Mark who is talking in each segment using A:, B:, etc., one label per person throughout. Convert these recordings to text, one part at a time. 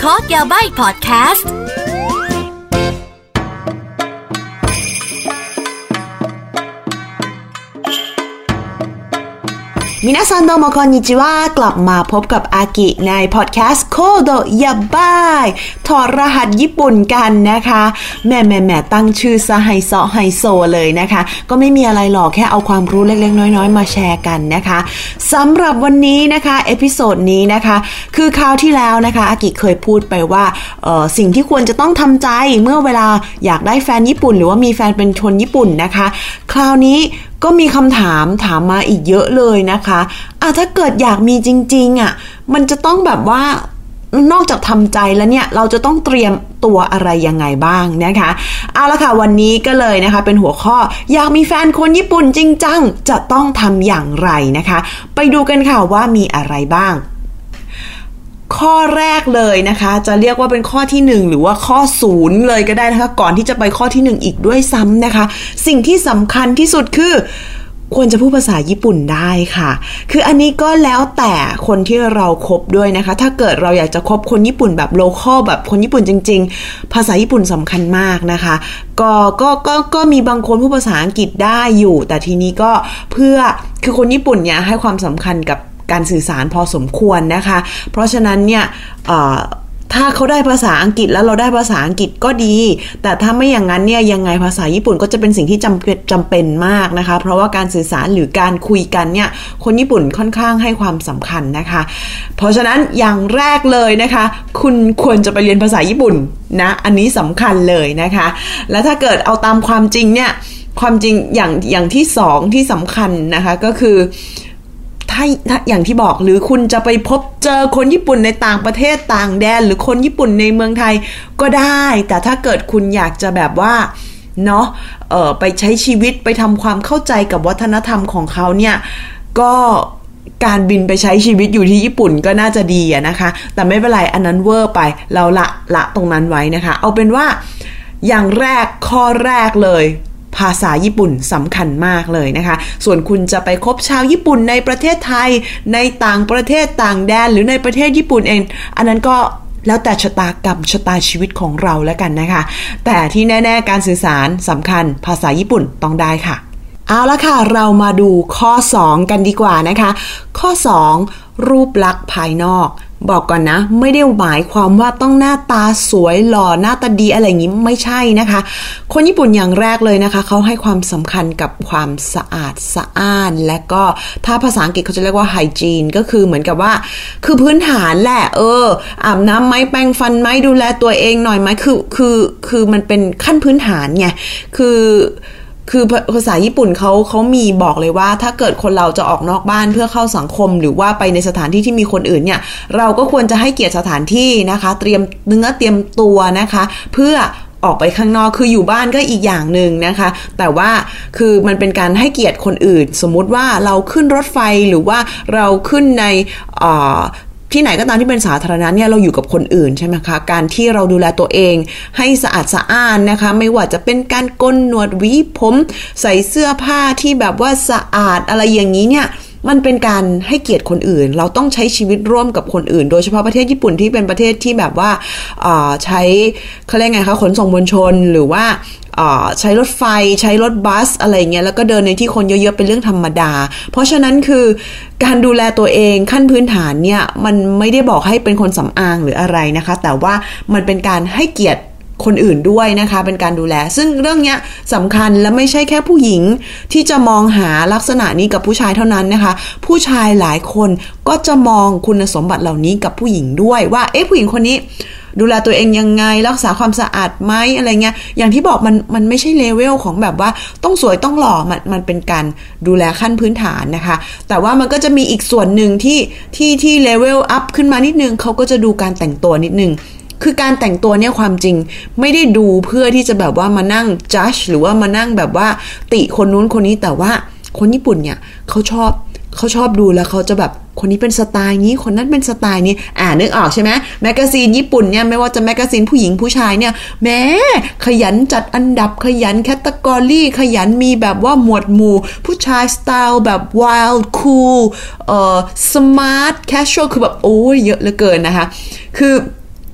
A: คอร์สยาใบพอดแคสต์
B: มินาซันโดโมคอนนิจิวะกลับมาพบกับอากิในพอดแคสต์โคโดยาบายถอดรหัสญี่ปุ่นกันนะคะแม่ตั้งชื่อซะไฮโซเลยนะคะก็ไม่มีอะไรหรอกแค่เอาความรู้เล็กๆน้อยๆมาแชร์กันนะคะสำหรับวันนี้นะคะเอพิโซดนี้นะคะคือคราวที่แล้วนะคะอากิเคยพูดไปว่าสิ่งที่ควรจะต้องทำใจเมื่อเวลาอยากได้แฟนญี่ปุ่นหรือว่ามีแฟนเป็นคนญี่ปุ่นนะคะคราวนี้ก็มีคำถามมาอีกเยอะเลยนะคะถ้าเกิดอยากมีจริงๆมันจะต้องแบบว่านอกจากทำใจแล้วเนี่ยเราจะต้องเตรียมตัวอะไรยังไงบ้างนะคะเอาละค่ะวันนี้ก็เลยนะคะเป็นหัวข้ออยากมีแฟนคนญี่ปุ่นจริงจังจะต้องทำอย่างไรนะคะไปดูกันค่ะว่ามีอะไรบ้างข้อแรกเลยนะคะจะเรียกว่าเป็นข้อที่1หรือว่าข้อ0เลยก็ได้นะคะก่อนที่จะไปข้อที่1อีกด้วยซ้ำนะคะสิ่งที่สำคัญที่สุดคือควรจะพูดภาษาญี่ปุ่นได้ค่ะคืออันนี้ก็แล้วแต่คนที่เราคบด้วยนะคะถ้าเกิดเราอยากจะคบคนญี่ปุ่นแบบโลคอลแบบคนญี่ปุ่นจริงๆภาษาญี่ปุ่นสำคัญมากนะคะก็มีบางคนพูดภาษาอังกฤษได้อยู่แต่ทีนี้ก็คือคนญี่ปุ่นเนี่ยให้ความสำคัญกับการสื่อสารพอสมควรนะคะเพราะฉะนั้นเนี่ยถ้าเขาได้ภาษาอังกฤษแล้วเราได้ภาษาอังกฤษก็ดีแต่ถ้าไม่อย่างนั้นเนี่ยยังไงภาษาญี่ปุ่นก็จะเป็นสิ่งที่จำเป็นมากนะคะเพราะว่าการสื่อสารหรือการคุยกันเนี่ยคนญี่ปุ่นค่อนข้างให้ความสำคัญนะคะเพราะฉะนั้นอย่างแรกเลยนะคะคุณควรจะไปเรียนภาษาญี่ปุ่นนะอันนี้สำคัญเลยนะคะแล้วถ้าเกิดเอาตามความจริงเนี่ยความจริงอย่างที่2ที่สำคัญนะคะก็คือถ้าอย่างที่บอกหรือคุณจะไปพบเจอคนญี่ปุ่นในต่างประเทศต่างแดนหรือคนญี่ปุ่นในเมืองไทยก็ได้แต่ถ้าเกิดคุณอยากจะแบบว่าเนาะไปใช้ชีวิตไปทำความเข้าใจกับวัฒนธรรมของเขาเนี่ยก็การบินไปใช้ชีวิตอยู่ที่ญี่ปุ่นก็น่าจะดีนะคะแต่ไม่เป็นไรอันนั้นเวอร์ไปเราละตรงนั้นไว้นะคะเอาเป็นว่าอย่างแรกข้อแรกเลยภาษาญี่ปุ่นสำคัญมากเลยนะคะส่วนคุณจะไปคบชาวญี่ปุ่นในประเทศไทยในต่างประเทศต่างแดนหรือในประเทศญี่ปุ่นเองอันนั้นก็แล้วแต่ชะตากรรมชะตาชีวิตของเราแล้วกันนะคะแต่ที่แน่ๆการสื่อสารสำคัญภาษาญี่ปุ่นต้องได้ค่ะเอาละค่ะเรามาดูข้อ2กันดีกว่านะคะข้อ2รูปลักษณ์ภายนอกบอกก่อนนะไม่ได้หมายความว่าต้องหน้าตาสวยหล่อหน้าตาดีอะไรอย่างนี้ไม่ใช่นะคะคนญี่ปุ่นอย่างแรกเลยนะคะเขาให้ความสำคัญกับความสะอาดสะอ้านและก็ถ้าภาษาอังกฤษเขาจะเรียกว่า hygiene ก็คือเหมือนกับว่าคือพื้นฐานแหละอาบน้ำไหมแปรงฟันไหมดูแลตัวเองหน่อยไหมคือมันเป็นขั้นพื้นฐานไงคือภาษาญี่ปุ่นเขามีบอกเลยว่าถ้าเกิดคนเราจะออกนอกบ้านเพื่อเข้าสังคมหรือว่าไปในสถานที่ที่มีคนอื่นเนี่ยเราก็ควรจะให้เกียรติสถานที่นะคะเตรียมเนื้อเตรียมตัวนะคะเพื่อออกไปข้างนอกคืออยู่บ้านก็อีกอย่างนึงนะคะแต่ว่าคือมันเป็นการให้เกียรติคนอื่นสมมุติว่าเราขึ้นรถไฟหรือว่าเราขึ้นในที่ไหนก็ตามที่เป็นสาธารณะเนี่ยเราอยู่กับคนอื่นใช่ไหมคะการที่เราดูแลตัวเองให้สะอาดสะอ้านนะคะไม่ว่าจะเป็นการโกนหนวดหวีผมใส่เสื้อผ้าที่แบบว่าสะอาดอะไรอย่างนี้เนี่ยมันเป็นการให้เกียรติคนอื่นเราต้องใช้ชีวิตร่วมกับคนอื่นโดยเฉพาะประเทศญี่ปุ่นที่เป็นประเทศที่แบบว่าใช้เขาเรียกไงคะขนส่งมวลชนหรือว่าใช้รถไฟใช้รถบัสอะไรเงี้ยแล้วก็เดินในที่คนเยอะๆเป็นเรื่องธรรมดาเพราะฉะนั้นคือการดูแลตัวเองขั้นพื้นฐานเนี่ยมันไม่ได้บอกให้เป็นคนสำอางหรืออะไรนะคะแต่ว่ามันเป็นการให้เกียรติคนอื่นด้วยนะคะเป็นการดูแลซึ่งเรื่องนี้สำคัญและไม่ใช่แค่ผู้หญิงที่จะมองหาลักษณะนี้กับผู้ชายเท่านั้นนะคะผู้ชายหลายคนก็จะมองคุณสมบัติเหล่านี้กับผู้หญิงด้วยว่าผู้หญิงคนนี้ดูแลตัวเองยังไงรักษาความสะอาดไหมอะไรเงี้ยอย่างที่บอกมันไม่ใช่เลเวลของแบบว่าต้องสวยต้องหล่อมันเป็นการดูแลขั้นพื้นฐานนะคะแต่ว่ามันก็จะมีอีกส่วนหนึ่งที่เลเวลอัพขึ้นมานิดนึงเขาก็จะดูการแต่งตัวนิดนึงคือการแต่งตัวเนี่ยความจริงไม่ได้ดูเพื่อที่จะแบบว่ามานั่งจัดหรือว่ามานั่งแบบว่าติคนนู้นคนนี้แต่ว่าคนญี่ปุ่นเนี่ยเขาชอบดูแล้วเขาจะแบบคนนี้เป็นสไตล์นี้คนนั้นเป็นสไตล์นี้นึกออกใช่ไหมแมกกาซีนญี่ปุ่นเนี่ยไม่ว่าจะแมกกาซีนผู้หญิงผู้ชายเนี่ยแม้ขยันจัดอันดับขยันแคตตากรีขยันมีแบบว่าหมวดหมู่ผู้ชายสไตล์แบบ wild cool smart casual คือแบบโอ้ยเยอะเหลือเกินนะคะคือ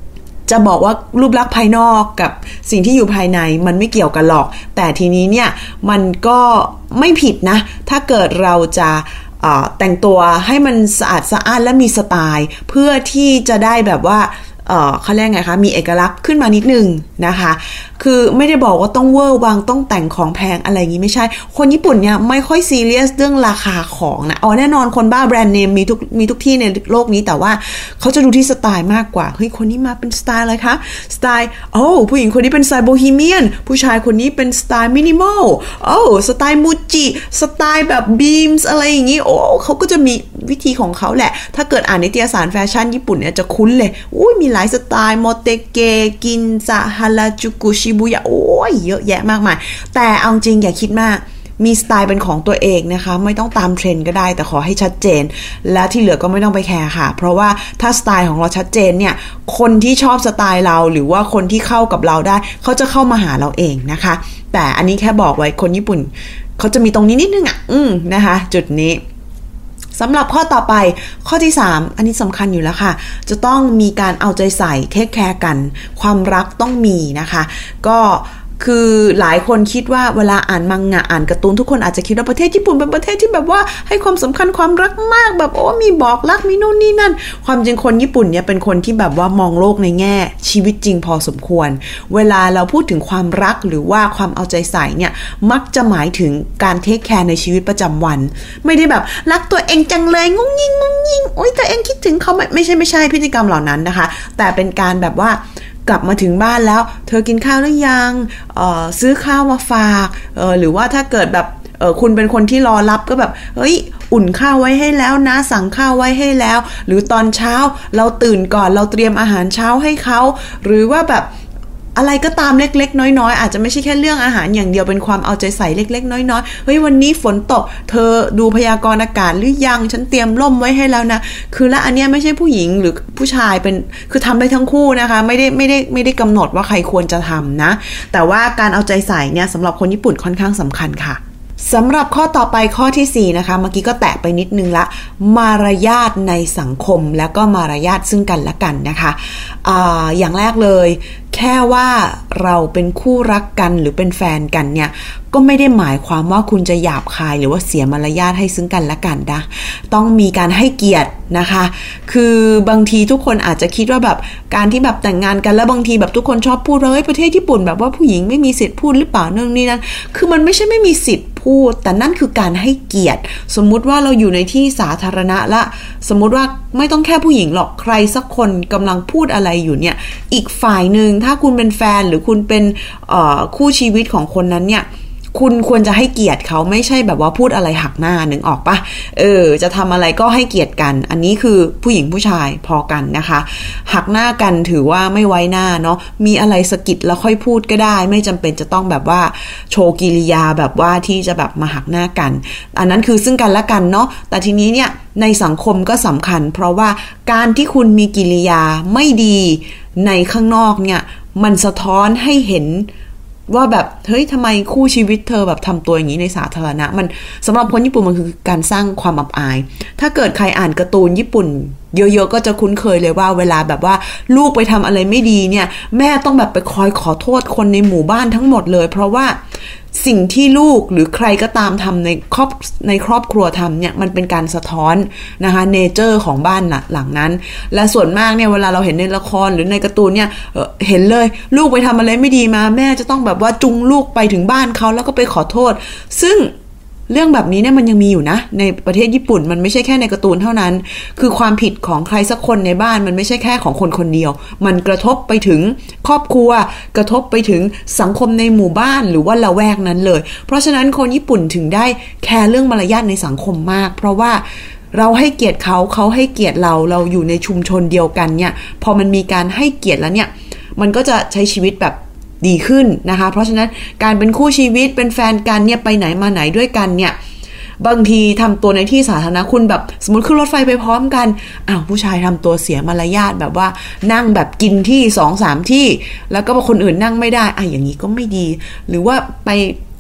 B: จะบอกว่ารูปลักษณ์ภายนอกกับสิ่งที่อยู่ภายในมันไม่เกี่ยวกันหรอกแต่ทีนี้เนี่ยมันก็ไม่ผิดนะถ้าเกิดเราจะแต่งตัวให้มันสะอาดสะอ้านและมีสไตล์เพื่อที่จะได้แบบว่าเขาเรียกไงคะมีเอกลักษณ์ขึ้นมานิดนึงนะคะคือไม่ได้บอกว่าต้องเวอร์วังต้องแต่งของแพงอะไรอย่างนี้ไม่ใช่คนญี่ปุ่นเนี่ยไม่ค่อยซีเรียสเรื่องราคาของนะแน่นอนคนบ้าแบรนด์เนมมีทุกที่ในโลกนี้แต่ว่าเขาจะดูที่สไตล์มากกว่าเฮ้ยคนนี้มาเป็นสไตล์อะไรคะสไตล์ผู้หญิงคนนี้เป็นสไตล์โบฮีเมียนผู้ชายคนนี้เป็นสไตล์มินิมอลสไตล์มูจิสไตล์แบบบีมส์อะไรอย่างนี้เขาก็จะมีวิธีของเขาแหละถ้าเกิดอ่านนิตยสารแฟชั่นญี่ปุ่นเนี่ยจะคุ้นเลยมีหลายสไตล์โมเตเกกินซาฮาราจูกุชิบุยะเยอะแยะมากมายแต่เอาจริงอย่าคิดมากมีสไตล์เป็นของตัวเองนะคะไม่ต้องตามเทรนด์ก็ได้แต่ขอให้ชัดเจนและที่เหลือก็ไม่ต้องไปแคร์ค่ะเพราะว่าถ้าสไตล์ของเราชัดเจนเนี่ยคนที่ชอบสไตล์เราหรือว่าคนที่เข้ากับเราได้เขาจะเข้ามาหาเราเองนะคะแต่อันนี้แค่บอกไว้คนญี่ปุ่นเขาจะมีตรงนี้นิดนึงนะคะจุดนี้สำหรับข้อต่อไปข้อที่3อันนี้สำคัญอยู่แล้วค่ะจะต้องมีการเอาใจใส่เทคแคร์กันความรักต้องมีนะคะก็คือหลายคนคิดว่าเวลาอ่านมังงะอ่านการ์ตูนทุกคนอาจจะคิดว่าประเทศญี่ปุ่นเป็นประเทศที่แบบว่าให้ความสำคัญความรักมากแบบมีบอกรักมีโน่นนี่นั่นความจริงคนญี่ปุ่นเนี่ยเป็นคนที่แบบว่ามองโลกในแง่ชีวิตจริงพอสมควรเวลาเราพูดถึงความรักหรือว่าความเอาใจใส่เนี่ยมักจะหมายถึงการเทคแคร์ในชีวิตประจำวันไม่ได้แบบรักตัวเองจังเลยงุ้งยิงตัวเองคิดถึงเขาไม่ใช่พฤติกรรมเหล่านั้นนะคะแต่เป็นการแบบว่ากลับมาถึงบ้านแล้วเธอกินข้าวหรือยังซื้อข้าวมาฝากหรือว่าถ้าเกิดแบบคุณเป็นคนที่รอรับก็แบบอุ่นข้าวไว้ให้แล้วนะสั่งข้าวไว้ให้แล้วหรือตอนเช้าเราตื่นก่อนเราเตรียมอาหารเช้าให้เขาหรือว่าแบบอะไรก็ตามเล็กๆน้อยๆอาจจะไม่ใช่แค่เรื่องอาหารอย่างเดียวเป็นความเอาใจใส่เล็กๆน้อยๆวันนี้ฝนตกเธอดูพยากรณ์อากาศหรือยังฉันเตรียมร่มไว้ให้แล้วนะคือและอันเนี้ยไม่ใช่ผู้หญิงหรือผู้ชายเป็นคือทำได้ทั้งคู่นะคะไม่ได้กำหนดว่าใครควรจะทำนะแต่ว่าการเอาใจใส่เนี่ยสำหรับคนญี่ปุ่นค่อนข้างสำคัญค่ะสำหรับข้อต่อไปข้อที่4นะคะเมื่อกี้ก็แตะไปนิดนึงละมารยาทในสังคมแล้วก็มารยาทซึ่งกันและกันนะคะอย่างแรกเลยแค่ว่าเราเป็นคู่รักกันหรือเป็นแฟนกันเนี่ยก็ไม่ได้หมายความว่าคุณจะหยาบคายหรือว่าเสียมารยาทให้ซึ่งกันและกันนะต้องมีการให้เกียรตินะคะคือบางทีทุกคนอาจจะคิดว่าแบบการที่แบบแต่งงานกันแล้วบางทีแบบทุกคนชอบพูดเลยประเทศญี่ปุ่นแบบว่าผู้หญิงไม่มีสิทธิ์พูดหรือเปล่าเรื่องนี้นั่นคือมันไม่ใช่ไม่มีสิทธิ์พูดแต่นั่นคือการให้เกียรติสมมุติว่าเราอยู่ในที่สาธารณะละสมมุติว่าไม่ต้องแค่ผู้หญิงหรอกใครสักคนกำลังพูดอะไรอยู่เนี่ยอีกฝ่ายนึงถ้าคุณเป็นแฟนหรือคุณเป็นคู่ชีวิตของคนนั้นเนี่ยคุณควรจะให้เกียรติเขาไม่ใช่แบบว่าพูดอะไรหักหน้านึงออกปะจะทำอะไรก็ให้เกียรติกันอันนี้คือผู้หญิงผู้ชายพอกันนะคะหักหน้ากันถือว่าไม่ไว้หน้าเนาะมีอะไรสะกิดแล้วค่อยพูดก็ได้ไม่จำเป็นจะต้องแบบว่าโชว์กิริยาแบบว่าที่จะแบบมาหักหน้ากันอันนั้นคือซึ่งกันและกันเนาะแต่ทีนี้เนี่ยในสังคมก็สำคัญเพราะว่าการที่คุณมีกิริยาไม่ดีในข้างนอกเนี่ยมันสะท้อนให้เห็นว่าแบบเฮ้ยทำไมคู่ชีวิตเธอแบบทำตัวอย่างนี้ในสาธารณะมันสำหรับคนญี่ปุ่นมันคือการสร้างความอับอายถ้าเกิดใครอ่านการ์ตูนญี่ปุ่นเยอะๆก็จะคุ้นเคยเลยว่าเวลาแบบว่าลูกไปทำอะไรไม่ดีเนี่ยแม่ต้องแบบไปคอยขอโทษคนในหมู่บ้านทั้งหมดเลยเพราะว่าสิ่งที่ลูกหรือใครก็ตามทำในครอบครัวทำเนี่ยมันเป็นการสะท้อนนะคะเนเจอร์ของบ้านหลังนั้นและส่วนมากเนี่ยเวลาเราเห็นในละครหรือในการ์ตูนเนี่ยเห็นเลยลูกไปทำอะไรไม่ดีมาแม่จะต้องแบบว่าจุงลูกไปถึงบ้านเขาแล้วก็ไปขอโทษซึ่งเรื่องแบบนี้เนี่ยมันยังมีอยู่นะในประเทศญี่ปุ่นมันไม่ใช่แค่ในการ์ตูนเท่านั้นคือความผิดของใครสักคนในบ้านมันไม่ใช่แค่ของคนคนเดียวมันกระทบไปถึงครอบครัวกระทบไปถึงสังคมในหมู่บ้านหรือว่าละแวกนั้นเลยเพราะฉะนั้นคนญี่ปุ่นถึงได้แคร์เรื่องมารยาทในสังคมมากเพราะว่าเราให้เกียรติเขาให้เกียรติเราอยู่ในชุมชนเดียวกันเนี่ยพอมันมีการให้เกียรติแล้วเนี่ยมันก็จะใช้ชีวิตแบบดีขึ้นนะคะเพราะฉะนั้นการเป็นคู่ชีวิตเป็นแฟนกันเนี่ยไปไหนมาไหนด้วยกันเนี่ยบางทีทำตัวในที่สาธารณะคุณแบบสมมติขึ้นรถไฟไปพร้อมกันผู้ชายทำตัวเสียมารยาทแบบว่านั่งแบบกินที่ 2-3 ที่แล้วก็คนอื่นนั่งไม่ได้อย่างนี้ก็ไม่ดีหรือว่าไป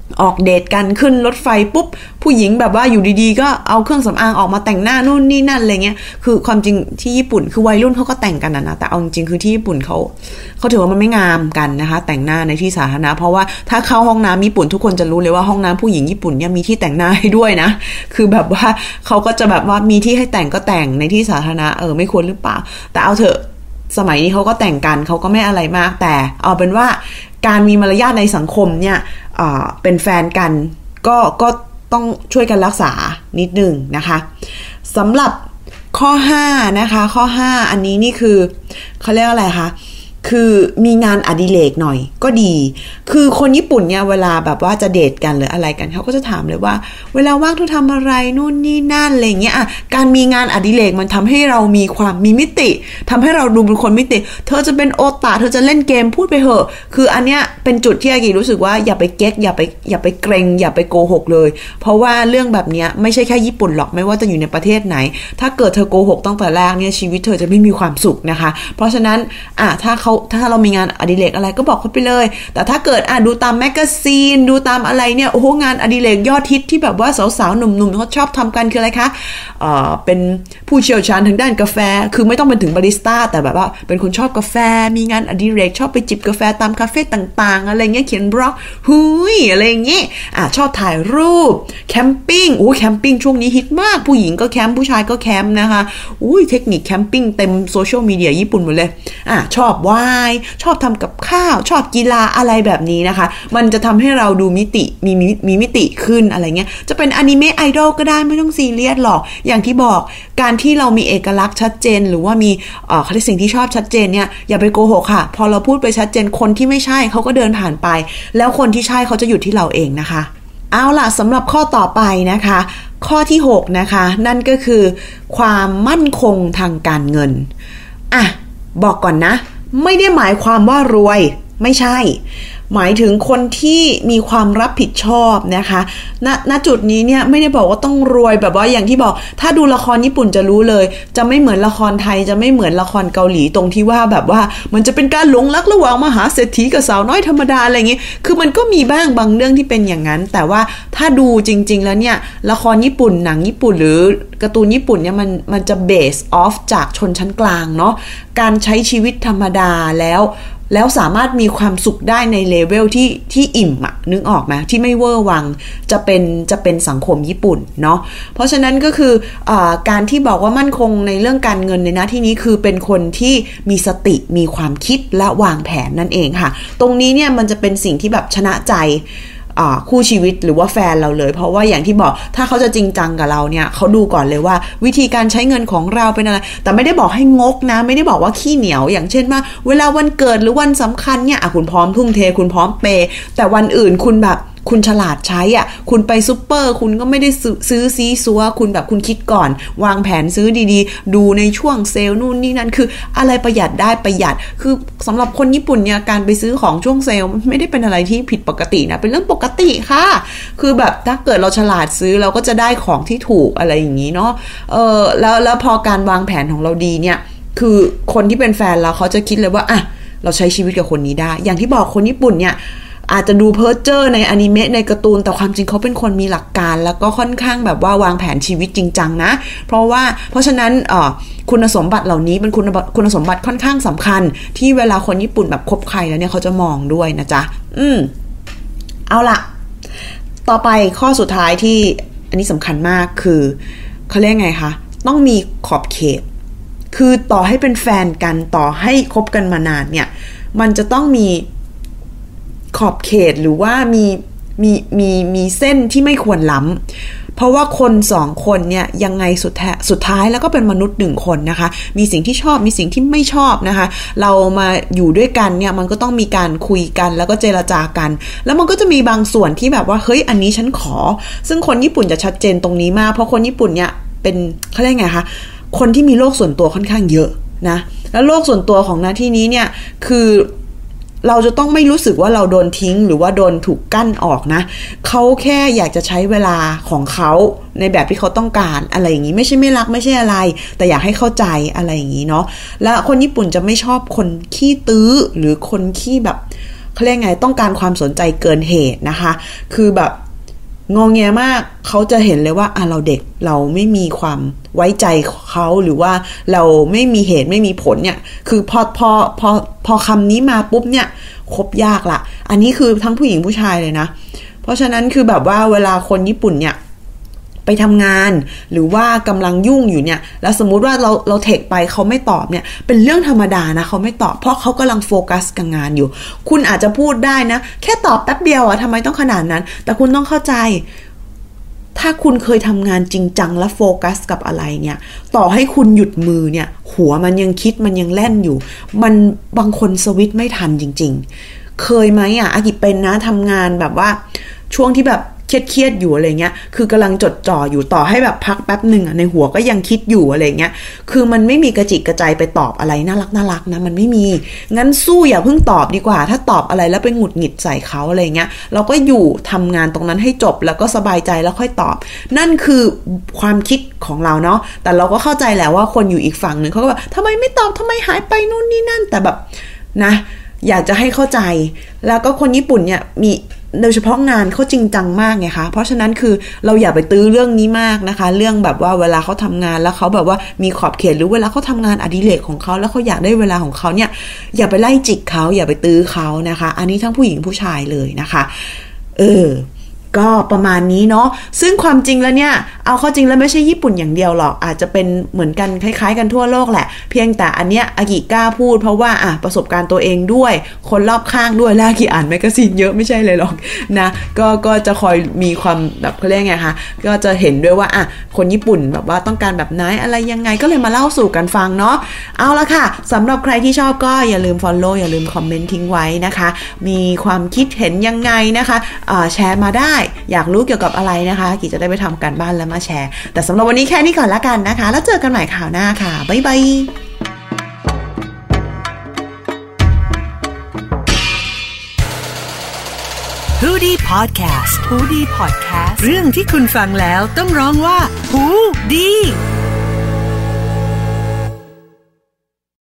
B: ออกเดทกันขึ้นรถไฟปุ๊บผู้หญิงแบบว่าอยู่ดีๆก็เอาเครื่องสำอางออกมาแต่งหน้านู่นนี่นั่นอะไรเงี้ยคือความจริงที่ญี่ปุ่นคือวัยรุ่นเขาก็แต่งกันนะแต่เอาจริงคือที่ญี่ปุ่นเขาถือว่ามันไม่งามกันนะคะแต่งหน้าในที่สาธารณะเพราะว่าถ้าเข้าห้องน้ำญี่ปุ่นทุกคนจะรู้เลยว่าห้องน้ำผู้หญิงญี่ปุ่นเนี่ยมีที่แต่งหน้าให้ด้วยนะคือแบบว่าเขาก็จะแบบว่ามีที่ให้แต่งก็แต่งในที่สาธารณะไม่ควรหรือเปล่าแต่เอาเถอะสมัยนี้เขาก็แต่งกันเขาก็ไม่อะไรมากแต่เอาเป็นว่าการมีมารยาทในสังคมเนี่ยเป็นแฟนกันก็ต้องช่วยกันรักษานิดนึงนะคะสำหรับข้อ5นะคะข้อ5อันนี้นี่คือเขาเรียกอะไรคะคือมีงานอดิเรกหน่อยก็ดีคือคนญี่ปุ่นเนี่ยเวลาแบบว่าจะเดทกันหรืออะไรกันเขาก็จะถามเลยว่าเวลาว่างเธอทำอะไรนู่นนี่นั่นอะไรเงี้ยการมีงานอดิเรกมันทำให้เรามีความมีมิติทำให้เราดูเป็นคนมิติเธอจะเป็นโอตาเธอจะเล่นเกมพูดไปเหอะคืออันเนี้ยเป็นจุดที่อากิรู้สึกว่าอย่าไปเก๊กอย่าไปเกรงอย่าไปโกหกเลยเพราะว่าเรื่องแบบเนี้ยไม่ใช่แค่ญี่ปุ่นหรอกไม่ว่าจะอยู่ในประเทศไหนถ้าเกิดเธอโกหกตั้งแต่แรกเนี่ยชีวิตเธอจะไม่มีความสุขนะคะเพราะฉะนั้นถ้าเรามีงานอดิเรกอะไรก็บอกเขาไปเลยแต่ถ้าเกิดดูตามแมกกาซีนดูตามอะไรเนี่ยโอ้โหงานอดิเรกยอดฮิตที่แบบว่าสาวๆหนุ่มๆเขาชอบทำกันคืออะไรคะเป็นผู้เชี่ยวชาญทางด้านกาแฟคือไม่ต้องเป็นถึงบาริสต้าแต่แบบว่าเป็นคนชอบกาแฟมีงานอดิเรกชอบไปจิบกาแฟตามคาเฟ่ต่างๆอะไรเงี้ยเขียนบล็อกหุยอะไรเงี้ยชอบถ่ายรูปแคมปิ้งแคมปิ้งช่วงนี้ฮิตมากผู้หญิงก็แคมป์ผู้ชายก็แคมป์นะคะเทคนิคแคมปิ้งเต็มโซเชียลมีเดียญี่ปุ่นหมดเลยชอบวายชอบทำกับข้าวชอบกีฬาอะไรแบบนี้นะคะมันจะทำให้เราดูมิติมีมิติขึ้นอะไรเงี้ยจะเป็นอนิเมะไอดอลก็ได้ไม่ต้องซีเรียสหรอกอย่างที่บอกการที่เรามีเอกลักษณ์ชัดเจนหรือว่ามีเขาเรียกสิ่งที่ชอบชัดเจนเนี่ยอย่าไปโกหกค่ะพอเราพูดไปชัดเจนคนที่ไม่ใช่เขาก็เดินผ่านไปแล้วคนที่ใช่เขาจะอยู่ที่เราเองนะคะเอาล่ะสำหรับข้อต่อไปนะคะข้อที่6นะคะนั่นก็คือความมั่นคงทางการเงินบอกก่อนนะไม่ได้หมายความว่ารวยไม่ใช่หมายถึงคนที่มีความรับผิดชอบนะคะณจุดนี้เนี่ยไม่ได้บอกว่าต้องรวยแบบว่าอย่างที่บอกถ้าดูละครญี่ปุ่นจะรู้เลยจะไม่เหมือนละครไทยจะไม่เหมือนละครเกาหลีตรงที่ว่าแบบว่ามันจะเป็นการหลงรักระหว่างมหาเศรษฐีกับสาวน้อยธรรมดาอะไรอย่างงี้คือมันก็มีบ้างบางเรื่องที่เป็นอย่างนั้นแต่ว่าถ้าดูจริงๆแล้วเนี่ยละครญี่ปุ่นหนังญี่ปุ่นหรือการ์ตูนญี่ปุ่นเนี่ยมันจะเบสออฟจากชนชั้นกลางเนาะการใช้ชีวิตธรรมดาแล้วสามารถมีความสุขได้ในเลเวลที่อิ่มนึกออกไหมที่ไม่เวอร์วังจะเป็นสังคมญี่ปุ่นเนาะเพราะฉะนั้นก็คือการที่บอกว่ามั่นคงในเรื่องการเงินในหน้าที่นี้คือเป็นคนที่มีสติมีความคิดและวางแผนนั่นเองค่ะตรงนี้เนี่ยมันจะเป็นสิ่งที่แบบชนะใจคู่ชีวิตหรือว่าแฟนเราเลยเพราะว่าอย่างที่บอกถ้าเขาจะจริงจังกับเราเนี่ยเขาดูก่อนเลยว่าวิธีการใช้เงินของเราเป็นอะไรแต่ไม่ได้บอกให้งกนะไม่ได้บอกว่าขี้เหนียวอย่างเช่นว่าเวลาวันเกิดหรือวันสำคัญเนี่ยคุณพร้อมทุ่มเทคุณพร้อมเปย์แต่วันอื่นคุณแบบคุณฉลาดใช้คุณไปซุปเปอร์คุณก็ไม่ได้ซื้อซีซัวคุณแบบคุณคิดก่อนวางแผนซื้อดีๆดูในช่วงเซลล์นู่นนี่นั่นคืออะไรประหยัดได้ประหยัดคือสำหรับคนญี่ปุ่นเนี่ยการไปซื้อของช่วงเซลล์ไม่ได้เป็นอะไรที่ผิดปกตินะเป็นเรื่องปกติค่ะคือแบบถ้าเกิดเราฉลาดซื้อเราก็จะได้ของที่ถูกอะไรอย่างนี้เนาะแล้วพอการวางแผนของเราดีเนี่ยคือคนที่เป็นแฟนเราเขาจะคิดเลยว่าเราใช้ชีวิตกับคนนี้ได้อย่างที่บอกคนญี่ปุ่นเนี่ยอาจจะดูเพ้อเจ้อในอนิเมะในการ์ตูนแต่ความจริงเขาเป็นคนมีหลักการแล้วก็ค่อนข้างแบบว่าวางแผนชีวิตจริงจังนะเพราะฉะนั้นคุณสมบัติเหล่านี้เป็นคุณสมบัติค่อนข้างสำคัญที่เวลาคนญี่ปุ่นแบบคบใครแล้วเนี่ยเขาจะมองด้วยนะจ๊ะเอาล่ะต่อไปข้อสุดท้ายที่อันนี้สำคัญมากคือเขาเรียกไงคะต้องมีขอบเขตคือต่อให้เป็นแฟนกันต่อให้คบกันมานานเนี่ยมันจะต้องมีขอบเขตหรือว่ามีเส้นที่ไม่ควรล้ำเพราะว่าคนสองคนเนี่ยยังไงสุดท้ายแล้วก็เป็นมนุษย์หนึ่งคนนะคะมีสิ่งที่ชอบมีสิ่งที่ไม่ชอบนะคะเรามาอยู่ด้วยกันเนี่ยมันก็ต้องมีการคุยกันแล้วก็เจรจากันแล้วมันก็จะมีบางส่วนที่แบบว่าเฮ้ยอันนี้ฉันขอซึ่งคนญี่ปุ่นจะชัดเจนตรงนี้มากเพราะคนญี่ปุ่นเนี่ยเป็นเขาเรียกไงคะคนที่มีโลกส่วนตัวค่อนข้างเยอะนะแล้วโลกส่วนตัวของหน้าที่นี้เนี่ยคือเราจะต้องไม่รู้สึกว่าเราโดนทิ้งหรือว่าโดนถูกกั้นออกนะเขาแค่อยากจะใช้เวลาของเขาในแบบที่เขาต้องการอะไรอย่างนี้ไม่ใช่ไม่รักไม่ใช่อะไรแต่อยากให้เข้าใจอะไรอย่างนี้เนาะแล้วคนญี่ปุ่นจะไม่ชอบคนขี้ตื้อหรือคนขี้แบบเขาเรียกไงต้องการความสนใจเกินเหตุนะคะคือแบบงอแงมากเขาจะเห็นเลยว่าเราเด็กเราไม่มีความไว้ใจเขาหรือว่าเราไม่มีเหตุไม่มีผลเนี่ยคือพอคำนี้มาปุ๊บเนี่ยคบยากละอันนี้คือทั้งผู้หญิงผู้ชายเลยนะเพราะฉะนั้นคือแบบว่าเวลาคนญี่ปุ่นเนี่ยไปทำงานหรือว่ากำลังยุ่งอยู่เนี่ยแล้วสมมุติว่าเราเทคไปเขาไม่ตอบเนี่ยเป็นเรื่องธรรมดานะเขาไม่ตอบเพราะเขากำลังโฟกัสกับงานอยู่คุณอาจจะพูดได้นะแค่ตอบแป๊บเดียวทำไมต้องขนาดนั้นแต่คุณต้องเข้าใจถ้าคุณเคยทำงานจริงจังและโฟกัสกับอะไรเนี่ยต่อให้คุณหยุดมือเนี่ยหัวมันยังคิดมันยังแล่นอยู่มันบางคนสวิตช์ไม่ทันจริงๆเคยไหมอากิเป็นนะทำงานแบบว่าช่วงที่แบบเครียดอยู่อะไรเงี้ยคือกำลังจดจ่ออยู่ต่อให้แบบพักแป๊บหนึ่งในหัวก็ยังคิดอยู่อะไรเงี้ยคือมันไม่มีกระจิกกระใจไปตอบอะไรน่ารักนะมันไม่มีงั้นสู้อย่าเพิ่งตอบดีกว่าถ้าตอบอะไรแล้วไปหงุดหงิดใส่เขาอะไรเงี้ยเราก็อยู่ทำงานตรงนั้นให้จบแล้วก็สบายใจแล้วค่อยตอบนั่นคือความคิดของเราเนาะแต่เราก็เข้าใจแหละว่าคนอยู่อีกฝั่งนึงเขาก็แบบทำไมไม่ตอบทำไมหายไปนู่นนี่นั่นแต่แบบนะอยากจะให้เข้าใจแล้วก็คนญี่ปุ่นเนี่ยมีโดยเฉพาะงานเขาจริงจังมากไงคะเพราะฉะนั้นคือเราอย่าไปตื้อเรื่องนี้มากนะคะเรื่องแบบว่าเวลาเขาทำงานแล้วเขาแบบว่ามีขอบเขตหรือเวลาเขาทำงานอดิเรกของเขาแล้วเขาอยากได้เวลาของเขาเนี่ยอย่าไปไล่จิกเขาอย่าไปตื้อเขานะคะอันนี้ทั้งผู้หญิงผู้ชายเลยนะคะก็ประมาณนี้เนาะซึ่งความจริงแล้วเนี่ยเอาเข้าจริงแล้วไม่ใช่ญี่ปุ่นอย่างเดียวหรอกอาจจะเป็นเหมือนกันคล้ายๆกันทั่วโลกแหละเพียงแต่อันเนี้ยอากิกล้าพูดเพราะว่าประสบการณ์ตัวเองด้วยคนรอบข้างด้วยและอากิอ่านแมกกาซีนเยอะไม่ใช่เลยหรอกนะก็จะคอยมีความแบบเขาเรียกไงคะก็จะเห็นด้วยว่าคนญี่ปุ่นแบบว่าต้องการแบบไหนอะไรยังไงก็เลยมาเล่าสู่กันฟังเนาะเอาละค่ะสำหรับใครที่ชอบก็อย่าลืม follow อย่าลืมคอมเมนต์ทิ้งไว้นะคะมีความคิดเห็นยังไงนะคะแชร์มาได้อยากรู้เกี่ยวกับอะไรนะคะกิจจะได้ไปทำการบ้านแล้วมาแชร์แต่สำหรับวันนี้แค่นี้ก่อนละกันนะคะแล้วเจอกันใหม่ข่าวหน้าค่ะบ๊ายบาย
C: ฮูดี้พอดแคสต์ฮูดี้พอดแคสต์เรื่องที่คุณฟังแล้วต้องร้องว่าฮูดี